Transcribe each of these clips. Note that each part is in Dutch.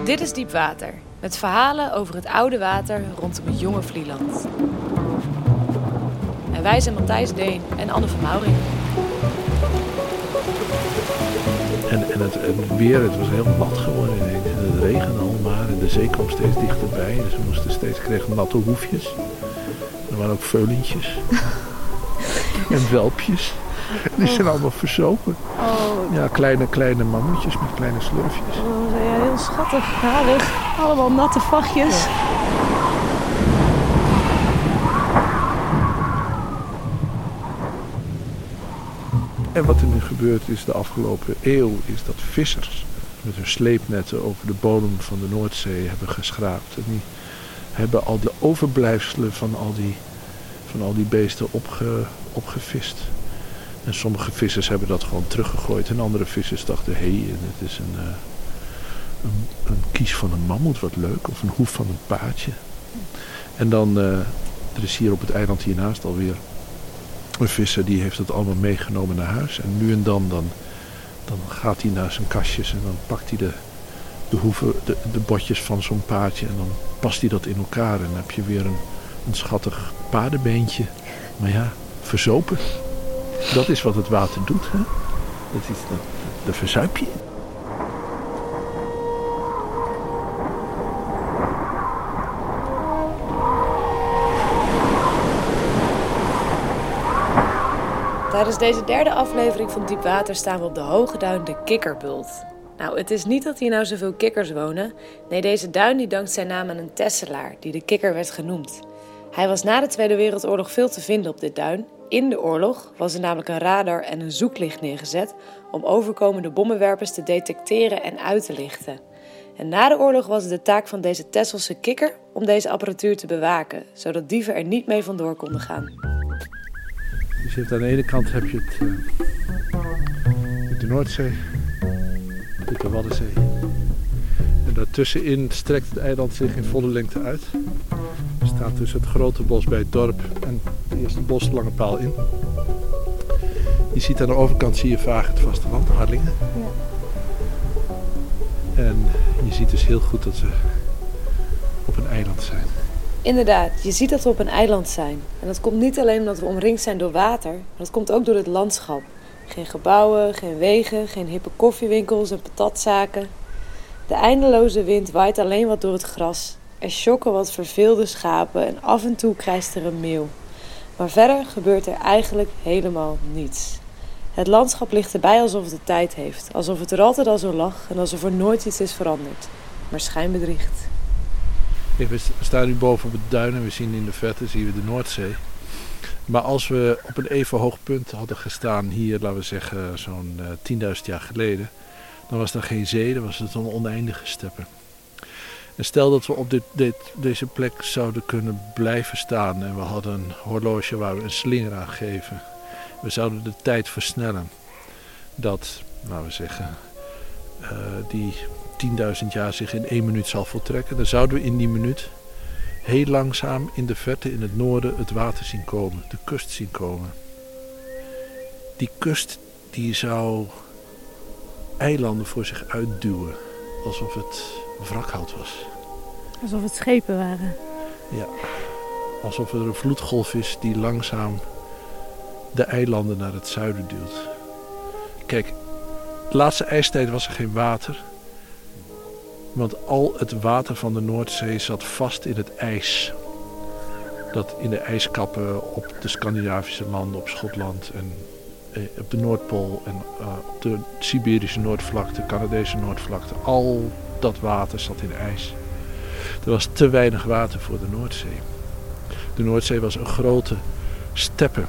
Dit is Diepwater, met verhalen over het oude water rondom het jonge Vlieland. En wij zijn Matthijs Deen en Anne van Maurik. En het weer, het was heel nat geworden ineens. Het regende al maar en de zee kwam steeds dichterbij. Dus we moesten kregen natte hoefjes. Er waren ook veulentjes. En welpjes. Die zijn allemaal verzopen. Oh. Ja, kleine mammoetjes met kleine slurfjes. Oh, ja, heel schattig, harig. Allemaal natte vachtjes. Ja. En wat er nu gebeurt is de afgelopen eeuw is dat vissers met hun sleepnetten over de bodem van de Noordzee hebben geschraapt. En die hebben al de overblijfselen van al die beesten opgevist. En sommige vissers hebben dat gewoon teruggegooid. En andere vissers dachten, dit is een kies van een mammoet, wat leuk. Of een hoef van een paardje. En dan, er is hier op het eiland hiernaast alweer een visser, die heeft het allemaal meegenomen naar huis. En nu en dan gaat hij naar zijn kastjes en dan pakt hij de hoeven, de botjes van zo'n paardje. En dan past hij dat in elkaar. En dan heb je weer een schattig paardenbeentje. Maar ja, verzopen. Dat is wat het water doet. Hè? Dat verzuip je. Tijdens deze derde aflevering van Diepwater staan we op de hoge duin de Kikkerbult. Nou, het is niet dat hier nou zoveel kikkers wonen. Nee, deze duin die dankt zijn naam aan een Tesselaar, die de kikker werd genoemd. Hij was na de Tweede Wereldoorlog veel te vinden op dit duin. In de oorlog was er namelijk een radar en een zoeklicht neergezet om overkomende bommenwerpers te detecteren en uit te lichten. En na de oorlog was het de taak van deze Tesselse kikker om deze apparatuur te bewaken, zodat dieven er niet mee vandoor konden gaan. Dus je hebt aan de ene kant heb je de Noordzee, de Waddenzee. En daartussenin strekt het eiland zich in volle lengte uit. Er staat tussen het grote bos bij het dorp en de eerste boslange paal in. Je ziet aan de overkant vaag het vasteland, Harlingen. Ja. En je ziet dus heel goed dat ze op een eiland zijn. Inderdaad, je ziet dat we op een eiland zijn. En dat komt niet alleen omdat we omringd zijn door water, maar dat komt ook door het landschap. Geen gebouwen, geen wegen, geen hippe koffiewinkels en patatzaken. De eindeloze wind waait alleen wat door het gras. Er sjokken wat verveelde schapen en af en toe krijst er een meeuw. Maar verder gebeurt er eigenlijk helemaal niets. Het landschap ligt erbij alsof het de tijd heeft. Alsof het er altijd al zo lag en alsof er nooit iets is veranderd. Maar schijnbedriegt. We staan nu boven op het duin en we zien in de verte zien we de Noordzee. Maar als we op een even hoog punt hadden gestaan hier, laten we zeggen zo'n 10.000 jaar geleden, dan was er geen zee, dan was het een oneindige steppe. En stel dat we op deze plek zouden kunnen blijven staan en we hadden een horloge waar we een slinger aan geven. We zouden de tijd versnellen. Dat, laten we zeggen, die 10.000 jaar zich in 1 minuut zal voltrekken. Dan zouden we in die minuut heel langzaam in de verte in het noorden het water zien komen, de kust zien komen. Die kust die zou eilanden voor zich uitduwen, alsof het wrakhout was. Alsof het schepen waren. Ja, alsof er een vloedgolf is die langzaam de eilanden naar het zuiden duwt. Kijk, de laatste ijstijd was er geen water. Want al het water van de Noordzee zat vast in het ijs. Dat in de ijskappen op de Scandinavische landen, op Schotland en op de Noordpool en op de Siberische Noordvlakte, Canadese Noordvlakte. Al dat water zat in ijs. Er was te weinig water voor de Noordzee. De Noordzee was een grote steppe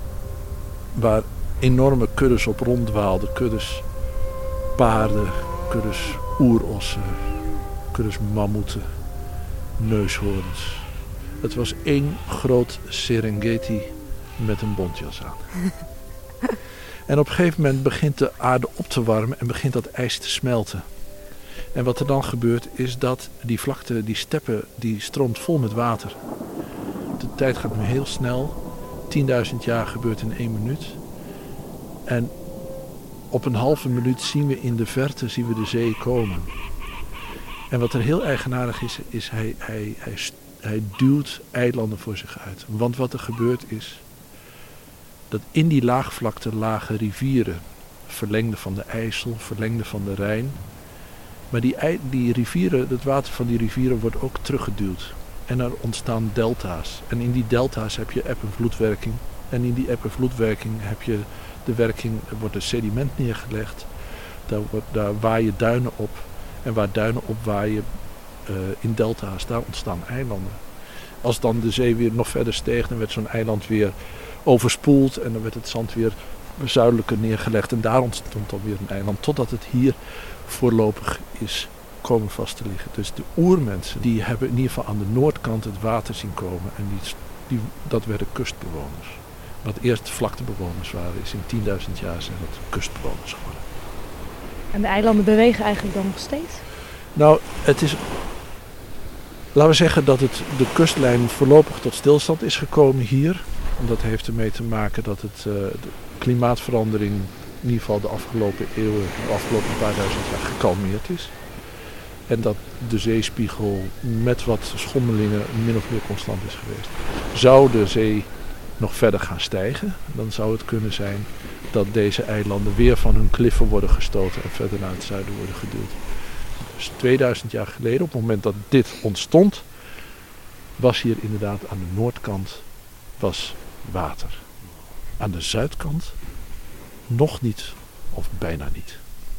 waar enorme kuddes op ronddwaalden. Kuddes paarden, kuddes oerossen, kuddes mammoeten, neushoorns. Het was één groot Serengeti met een bontjas aan. En op een gegeven moment begint de aarde op te warmen en begint dat ijs te smelten. En wat er dan gebeurt is dat die vlakte, die steppe, die stroomt vol met water. De tijd gaat nu heel snel. 10.000 jaar gebeurt in 1 minuut. En op een halve minuut zien we in de verte de zee komen. En wat er heel eigenaardig is hij duwt eilanden voor zich uit. Want wat er gebeurt is dat in die laagvlakte lagen rivieren, verlengde van de IJssel, verlengde van de Rijn. Maar die rivieren, het water van die rivieren wordt ook teruggeduwd. En er ontstaan delta's. En in die delta's heb je eb- en vloedwerking. En in die eb- en vloedwerking heb je de werking, er wordt een sediment neergelegd. Daar waaien duinen op. En waar duinen op waaien in delta's, daar ontstaan eilanden. Als dan de zee weer nog verder steeg, dan werd zo'n eiland weer overspoeld. En dan werd het zand weer zuidelijker neergelegd. En daar ontstond dan weer een eiland. Totdat het hier voorlopig is komen vast te liggen. Dus de oermensen, die hebben in ieder geval aan de noordkant het water zien komen. En dat werden kustbewoners. Wat eerst vlaktebewoners waren, is in 10.000 jaar zijn dat kustbewoners geworden. En de eilanden bewegen eigenlijk dan nog steeds? Nou, laten we zeggen dat de kustlijn voorlopig tot stilstand is gekomen hier. En dat heeft ermee te maken dat de klimaatverandering in ieder geval de afgelopen eeuwen, de afgelopen paar duizend jaar gekalmeerd is. En dat de zeespiegel met wat schommelingen min of meer constant is geweest. Zou de zee nog verder gaan stijgen, dan zou het kunnen zijn dat deze eilanden weer van hun kliffen worden gestoten en verder naar het zuiden worden geduwd. Dus 2000 jaar geleden, op het moment dat dit ontstond, was hier inderdaad aan de noordkant was water. Aan de zuidkant nog niet of bijna niet.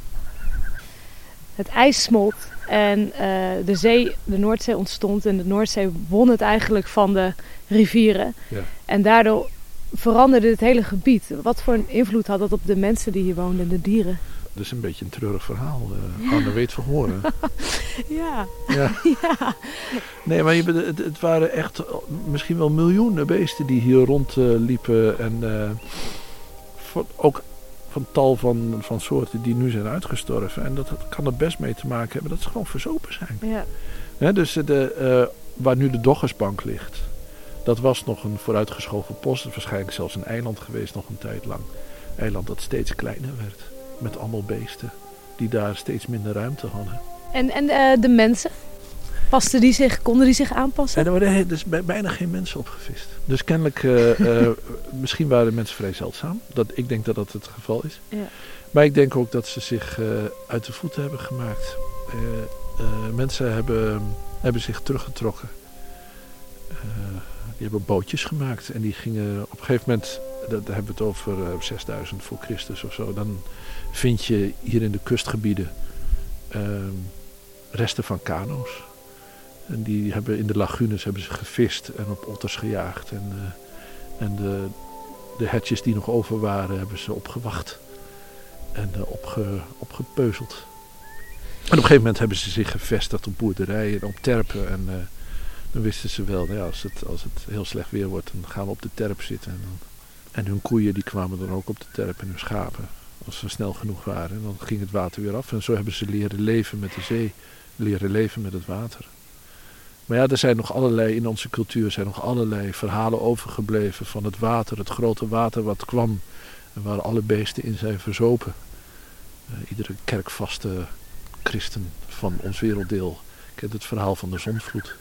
Het ijs smolt en de Noordzee ontstond en de Noordzee won het eigenlijk van de rivieren. Ja. En daardoor veranderde het hele gebied. Wat voor een invloed had dat op de mensen die hier woonden en de dieren? Dat is een beetje een treurig verhaal. Anne weet van horen. Ja. Ja. Ja. Nee, maar het waren echt misschien wel miljoenen beesten die hier rondliepen. En ook van tal van soorten die nu zijn uitgestorven. En dat kan er best mee te maken hebben dat ze gewoon verzopen zijn. Ja. Ja, dus waar nu de Doggersbank ligt, dat was nog een vooruitgeschoven post. Waarschijnlijk zelfs een eiland geweest nog een tijd lang. Een eiland dat steeds kleiner werd. Met allemaal beesten die daar steeds minder ruimte hadden. En de mensen? Konden die zich aanpassen? En er worden dus bijna geen mensen opgevist. Dus kennelijk, misschien waren mensen vrij zeldzaam. Ik denk dat dat het geval is. Ja. Maar ik denk ook dat ze zich uit de voeten hebben gemaakt. Mensen hebben zich teruggetrokken. Die hebben bootjes gemaakt. En die gingen op een gegeven moment, daar hebben we het over 6000 voor Christus of zo. Dan vind je hier in de kustgebieden resten van kano's. En die hebben in de lagunes hebben ze gevist en op otters gejaagd. En de hertjes die nog over waren hebben ze opgewacht. En opgepeuzeld. En op een gegeven moment hebben ze zich gevestigd op boerderijen en op terpen. En dan wisten ze wel, nou ja, als het heel slecht weer wordt, dan gaan we op de terp zitten. En hun koeien die kwamen dan ook op de terp en hun schapen. Als ze snel genoeg waren. En dan ging het water weer af. En zo hebben ze leren leven met de zee. Leren leven met het water. Maar ja, er zijn nog allerlei, in onze cultuur zijn nog allerlei verhalen overgebleven van het water. Het grote water wat kwam. En waar alle beesten in zijn verzopen. Iedere kerkvaste christen van ons werelddeel kent het verhaal van de zondvloed.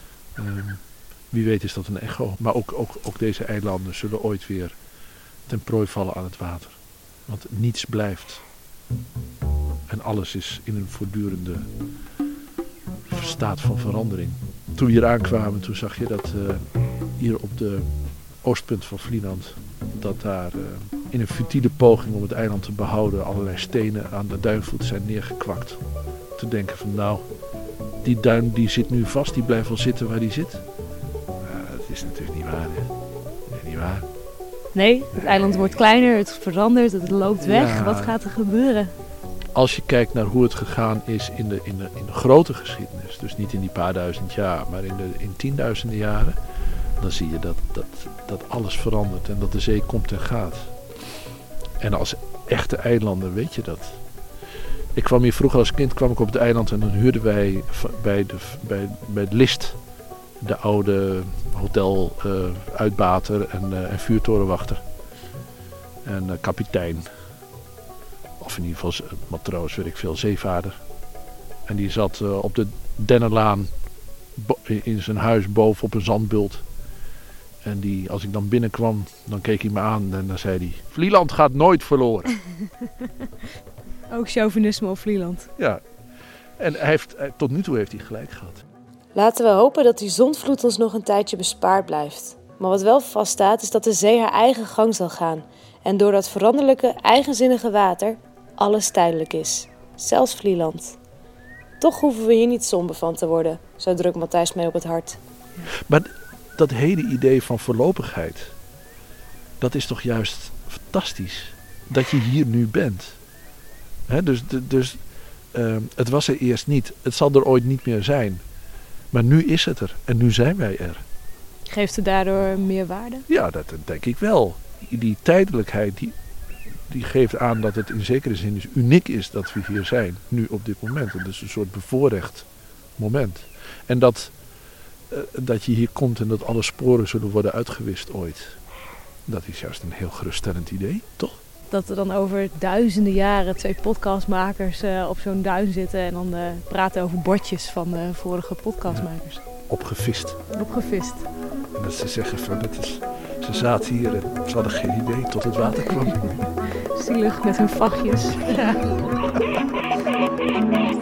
Wie weet is dat een echo. Maar ook deze eilanden zullen ooit weer ten prooi vallen aan het water. Want niets blijft. En alles is in een voortdurende staat van verandering. Toen we hier aankwamen, toen zag je dat hier op de oostpunt van Vlieland, dat daar in een futiele poging om het eiland te behouden allerlei stenen aan de duinvoet zijn neergekwakt. Te denken van nou, die duin die zit nu vast, die blijft wel zitten waar die zit. Dat is natuurlijk niet waar, hè? Nee, niet waar. Nee, het eiland wordt kleiner, het verandert, het loopt weg. Ja. Wat gaat er gebeuren? Als je kijkt naar hoe het gegaan is in de grote geschiedenis, dus niet in die paar duizend jaar, maar in tienduizenden jaren, dan zie je dat alles verandert en dat de zee komt en gaat. En als echte eilanden weet je dat. Ik kwam hier vroeger als kind op het eiland en dan huurden wij bij het List, de oude hotel uitbater en vuurtorenwachter en kapitein. Of in ieder geval matroos, weet ik veel, zeevaarder. En die zat op de Dennenlaan in zijn huis boven op een zandbult. En als ik dan binnenkwam, dan keek hij me aan en dan zei hij... Vlieland gaat nooit verloren. Ook chauvinisme op Vlieland. Ja, en tot nu toe heeft hij gelijk gehad. Laten we hopen dat die zondvloed ons nog een tijdje bespaard blijft. Maar wat wel vaststaat is dat de zee haar eigen gang zal gaan. En door dat veranderlijke, eigenzinnige water alles tijdelijk is. Zelfs Vlieland. Toch hoeven we hier niet somber van te worden. Zo drukt Matthijs mee op het hart. Maar dat hele idee van voorlopigheid, dat is toch juist fantastisch. Dat je hier nu bent. Dus het was er eerst niet. Het zal er ooit niet meer zijn. Maar nu is het er. En nu zijn wij er. Geeft het daardoor meer waarde? Ja, dat denk ik wel. Die tijdelijkheid, die geeft aan dat het in zekere zin dus uniek is dat we hier zijn. Nu op dit moment. Het is een soort bevoorrecht moment. En dat je hier komt en dat alle sporen zullen worden uitgewist ooit. Dat is juist een heel geruststellend idee, toch? Dat er dan over duizenden jaren 2 podcastmakers op zo'n duin zitten en dan praten over bordjes van de vorige podcastmakers. Ja. Opgevist. Opgevist. En dat ze zeggen van, ze zaten hier en ze hadden geen idee tot het water kwam. Zielig met hun vachtjes. Ja.